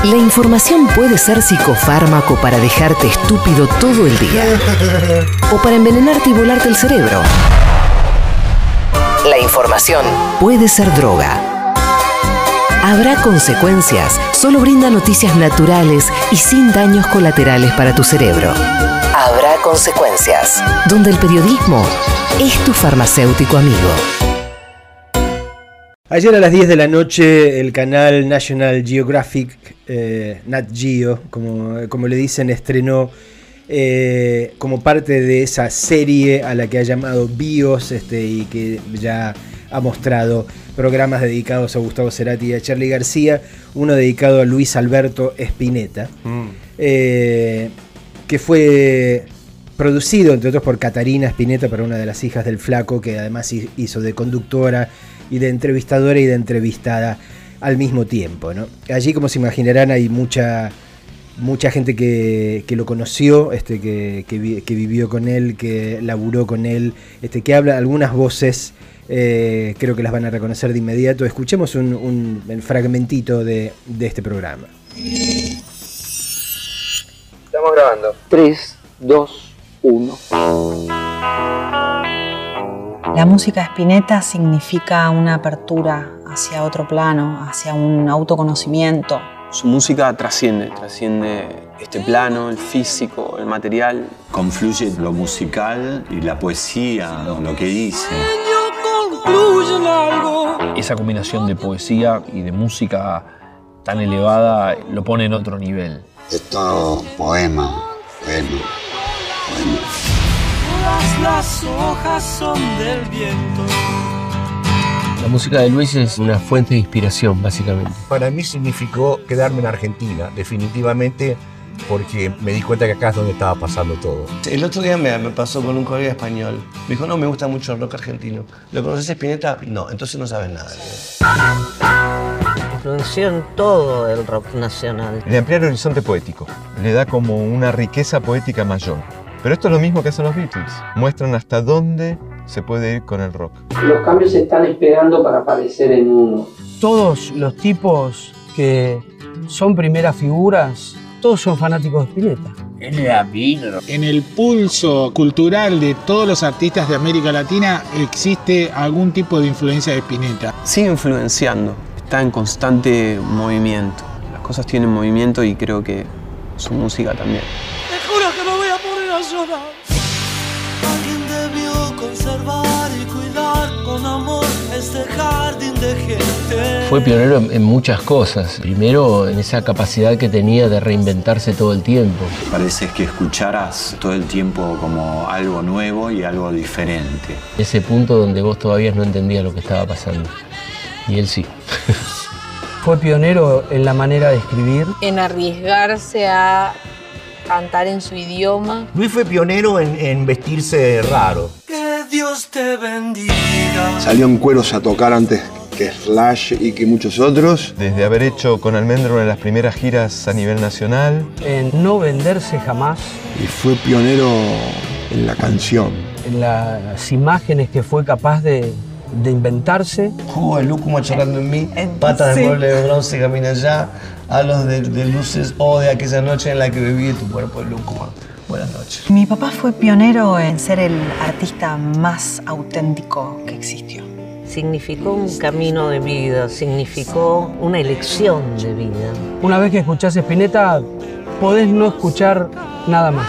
La información puede ser psicofármaco para dejarte estúpido todo el día. O para envenenarte y volarte el cerebro. La información puede ser droga. Habrá consecuencias. Solo brinda noticias naturales y sin daños colaterales para tu cerebro. Habrá consecuencias. Donde el periodismo es tu farmacéutico amigo. Ayer a las 10 de la noche el canal National Geographic, Nat Geo, como le dicen, estrenó como parte de esa serie a la que ha llamado BIOS y que ya ha mostrado programas dedicados a Gustavo Cerati y a Charly García, uno dedicado a Luis Alberto Spinetta, que fue producido entre otros por Catarina Spinetta, para una de las hijas del Flaco, que además hizo de conductora y de entrevistadora y de entrevistada al mismo tiempo, ¿no? Allí, como se imaginarán, hay mucha gente que lo conoció, que vivió con él, que laburó con él, que habla. Algunas voces creo que las van a reconocer de inmediato. Escuchemos un fragmentito de este programa. Estamos grabando. 3, 2, 1. La música de Spinetta significa una apertura hacia otro plano, hacia un autoconocimiento. Su música trasciende este plano, el físico, el material. Confluye lo musical y la poesía, lo que dice. Esa combinación de poesía y de música tan elevada lo pone en otro nivel. Es todo poema. Las hojas son del viento. La música de Luis es una fuente de inspiración, básicamente. Para mí significó quedarme en Argentina, definitivamente, porque me di cuenta que acá es donde estaba pasando todo. El otro día me pasó con un colega español. Me dijo, no, me gusta mucho el rock argentino. ¿Lo conoces, Spinetta? No, entonces no sabes nada. Influenció en todo el rock nacional. Le amplía el horizonte poético, le da como una riqueza poética mayor. Pero esto es lo mismo que hacen los Beatles. Muestran hasta dónde se puede ir con el rock. Los cambios se están esperando para aparecer en uno. Todos los tipos que son primeras figuras, todos son fanáticos de Spinetta. En el pulso cultural de todos los artistas de América Latina existe algún tipo de influencia de Spinetta. Sigue influenciando, está en constante movimiento. Las cosas tienen movimiento y creo que su música también. Te juro que me voy a poner a llorar. Alguien debió conservar y cuidar con amor este jardín de gente. Fue pionero en muchas cosas. Primero, en esa capacidad que tenía de reinventarse todo el tiempo. Parece que escucharas todo el tiempo como algo nuevo y algo diferente. Ese punto donde vos todavía no entendías lo que estaba pasando. Y él sí. Fue pionero en la manera de escribir. En arriesgarse a cantar en su idioma. Luis fue pionero en vestirse raro. Que Dios te bendiga. Salió en cueros a tocar antes que Slash y que muchos otros. Desde haber hecho con Almendro una de las primeras giras a nivel nacional. En no venderse jamás. Y fue pionero en la canción. En las imágenes que fue capaz de inventarse. Jugo de lúcuma chorrando en mí, patas de mueble de bronce camina allá, halos de luces o de aquella noche en la que bebí tu cuerpo de lúcuma. Buenas noches. Mi papá fue pionero en ser el artista más auténtico que existió. Significó un camino de vida, significó una elección de vida. Una vez que escuchás Spinetta, podés no escuchar nada más.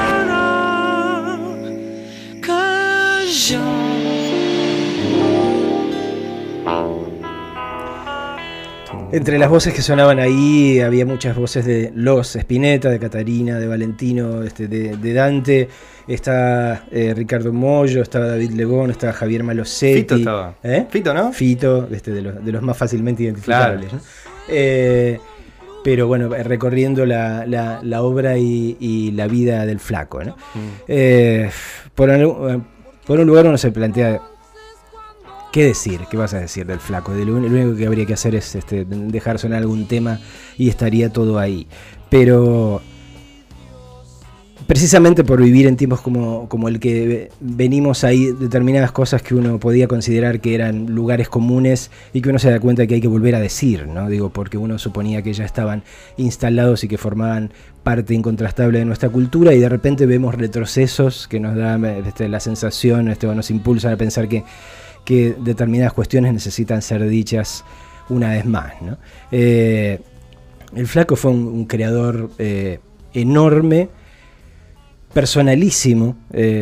Entre las voces que sonaban ahí había muchas voces de los Spinetta, de Catarina, de Valentino, de Dante. Está Ricardo Mollo, estaba David Lebón, estaba Javier Malosetti. Fito estaba. Fito, ¿no? Fito, de los más fácilmente identificables. Claro. ¿No? Pero bueno, recorriendo la obra y la vida del Flaco, ¿no? Por un lugar uno se plantea, ¿qué decir? ¿Qué vas a decir del Flaco? Lo único que habría que hacer es dejar sonar algún tema y estaría todo ahí. Pero precisamente por vivir en tiempos como el que venimos, hay determinadas cosas que uno podía considerar que eran lugares comunes y que uno se da cuenta que hay que volver a decir, ¿no? Digo, porque uno suponía que ya estaban instalados y que formaban parte incontrastable de nuestra cultura, y de repente vemos retrocesos que nos dan la sensación, o nos impulsan a pensar que determinadas cuestiones necesitan ser dichas una vez más, ¿no? El Flaco fue un creador enorme, personalísimo,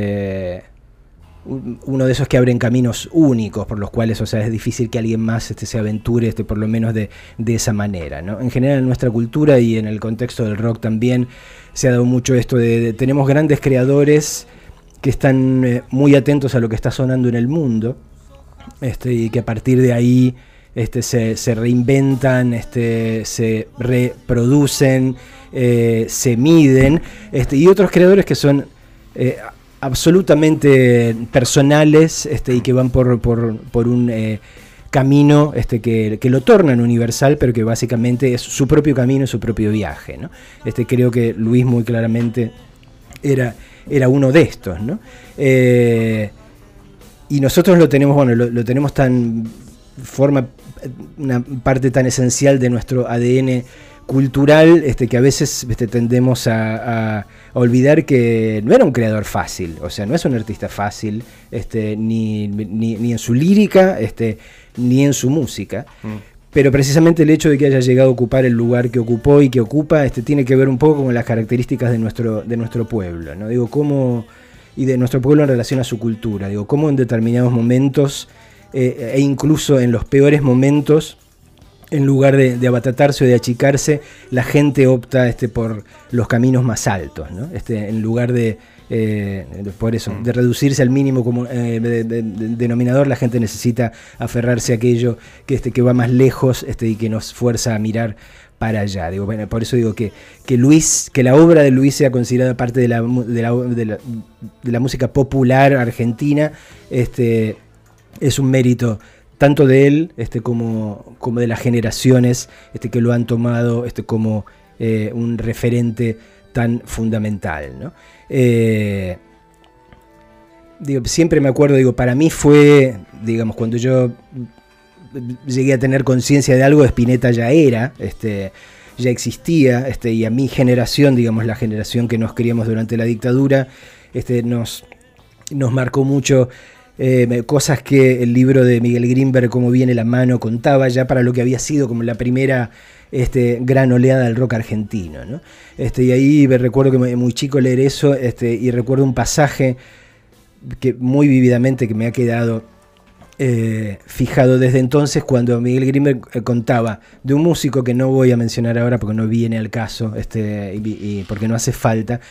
uno de esos que abren caminos únicos por los cuales, o sea, es difícil que alguien más se aventure por lo menos de esa manera, ¿no? En general en nuestra cultura y en el contexto del rock también se ha dado mucho esto de tenemos grandes creadores que están muy atentos a lo que está sonando en el mundo, y que a partir de ahí se reinventan, se reproducen, se miden, y otros creadores que son absolutamente personales, y que van por un camino que lo tornan universal, pero que básicamente es su propio camino y su propio viaje, ¿no? Creo que Luis muy claramente era uno de estos, ¿no? Y nosotros lo tenemos, bueno, lo tenemos forma una parte tan esencial de nuestro ADN cultural, que a veces tendemos a olvidar que no era un creador fácil, o sea, no es un artista fácil, ni en su lírica, ni en su música. Pero precisamente el hecho de que haya llegado a ocupar el lugar que ocupó y que ocupa, tiene que ver un poco con las características de nuestro pueblo, ¿no? Digo, cómo, y de nuestro pueblo en relación a su cultura, digo, cómo en determinados momentos, e incluso en los peores momentos, en lugar de abatatarse o de achicarse, la gente opta por los caminos más altos, ¿no? En lugar por eso, de reducirse al mínimo denominador, la gente necesita aferrarse a aquello que va más lejos, y que nos fuerza a mirar para allá. Digo, bueno, por eso digo que la obra de Luis sea considerada parte de la música popular argentina, es un mérito tanto de él como de las generaciones que lo han tomado como un referente tan fundamental, ¿no? Siempre me acuerdo, para mí fue, digamos, cuando yo llegué a tener conciencia de algo, Spinetta ya era, ya existía, y a mi generación, digamos, la generación que nos criamos durante la dictadura, nos marcó mucho. Cosas que el libro de Miguel Grimberg, Cómo viene la mano, contaba ya para lo que había sido como la primera gran oleada del rock argentino, ¿no? Y ahí me recuerdo que muy chico leer eso, y recuerdo un pasaje que muy vívidamente que me ha quedado fijado desde entonces, cuando Miguel Grimberg contaba de un músico que no voy a mencionar ahora porque no viene al caso, y porque no hace falta,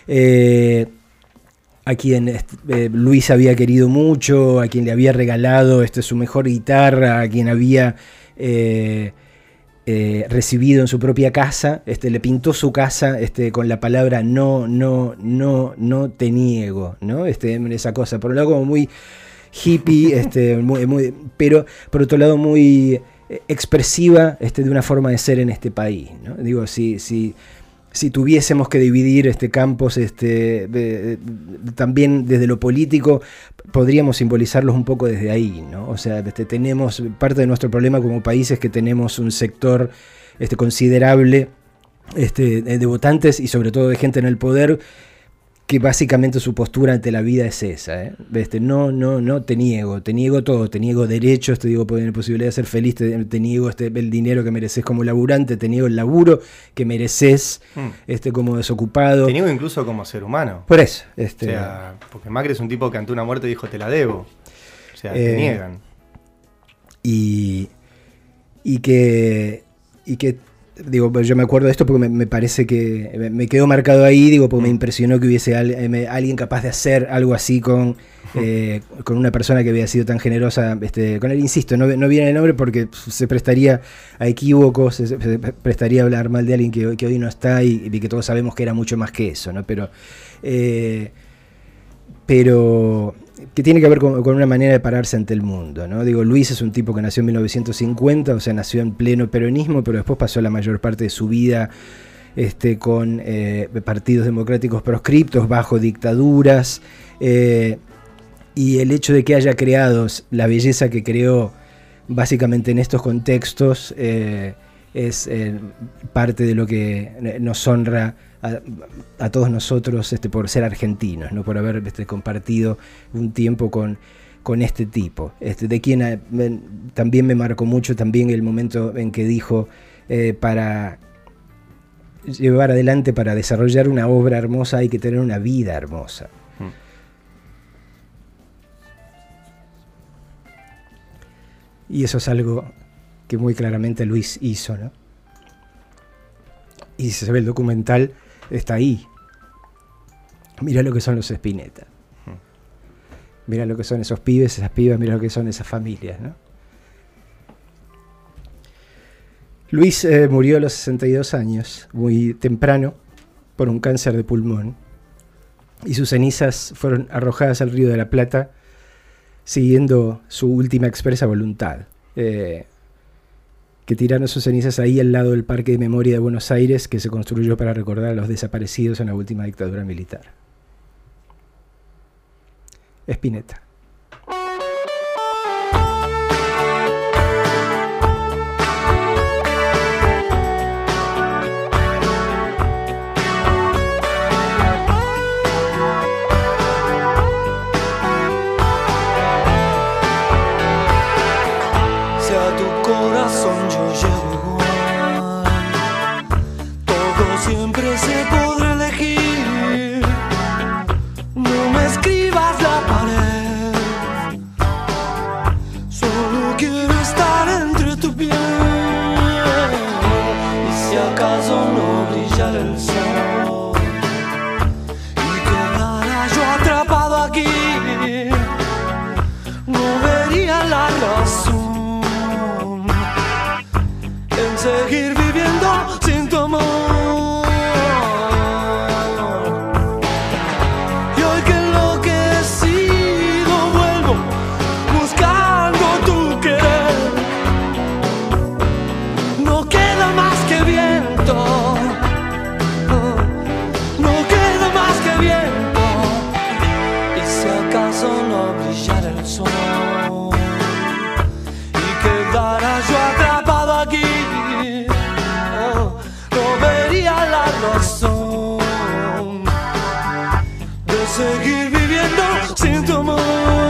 a quien Luis había querido mucho, a quien le había regalado su mejor guitarra, a quien había recibido en su propia casa, le pintó su casa con la palabra no te niego, ¿no? Esa cosa, por un lado como muy hippie, pero por otro lado muy expresiva de una forma de ser en este país, ¿no? Digo, si tuviésemos que dividir campos también desde lo político, podríamos simbolizarlos un poco desde ahí, ¿no? O sea, tenemos parte de nuestro problema como país es que tenemos un sector considerable de votantes y sobre todo de gente en el poder que básicamente su postura ante la vida es esa, ¿eh? No te niego todo, te niego derechos, te digo posibilidad de ser feliz, te niego el dinero que mereces como laburante, te niego el laburo que mereces como desocupado. Te niego incluso como ser humano. Por eso. O sea, porque Macri es un tipo que ante una muerte dijo te la debo. O sea, te niegan. Y que digo, yo me acuerdo de esto porque me parece que me quedó marcado ahí, digo, porque me impresionó que hubiese alguien capaz de hacer algo así con una persona que había sido tan generosa, con él, insisto, no viene el nombre porque se prestaría a equívocos, se prestaría a hablar mal de alguien que hoy no está y que todos sabemos que era mucho más que eso, ¿no? Pero que tiene que ver con una manera de pararse ante el mundo, ¿no? Digo, Luis es un tipo que nació en 1950, o sea, nació en pleno peronismo, pero después pasó la mayor parte de su vida con partidos democráticos proscriptos bajo dictaduras, y el hecho de que haya creado la belleza que creó básicamente en estos contextos es parte de lo que nos honra a todos nosotros por ser argentinos, ¿no? Por haber compartido un tiempo con este tipo, de quien también me marcó mucho también el momento en que dijo para llevar adelante, para desarrollar una obra hermosa hay que tener una vida hermosa. Y eso es algo que muy claramente Luis hizo, ¿no? Y si se ve el documental, está ahí. Mira lo que son los Spinetta. Mira lo que son esos pibes, esas pibas, mira lo que son esas familias, ¿no? Luis murió a los 62 años, muy temprano, por un cáncer de pulmón. Y sus cenizas fueron arrojadas al Río de la Plata, siguiendo su última expresa voluntad. Que tiraron sus cenizas ahí al lado del Parque de Memoria de Buenos Aires, que se construyó para recordar a los desaparecidos en la última dictadura militar. Spinetta. Siempre se podrá elegir. No me escribas la pared. Solo quiero estar entre tu piel. Y si acaso no brillara el sol y quedara yo atrapado aquí, no vería la razón en seguir viviendo sin tu amor. Seguir viviendo sin tu amor.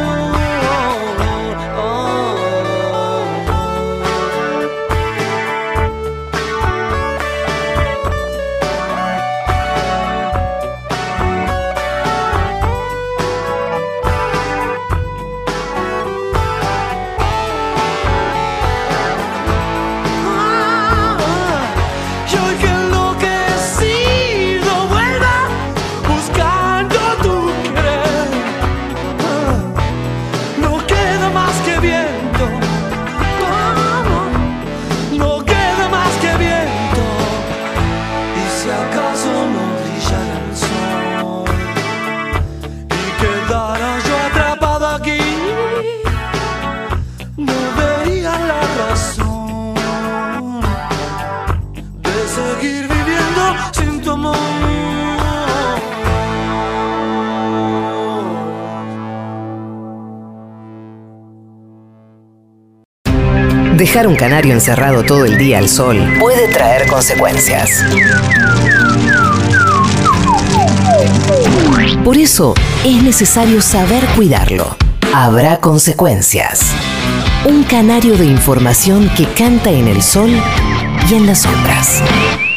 Dejar un canario encerrado todo el día al sol puede traer consecuencias. Por eso es necesario saber cuidarlo. Habrá consecuencias. Un canario de información que canta en el sol y en las sombras.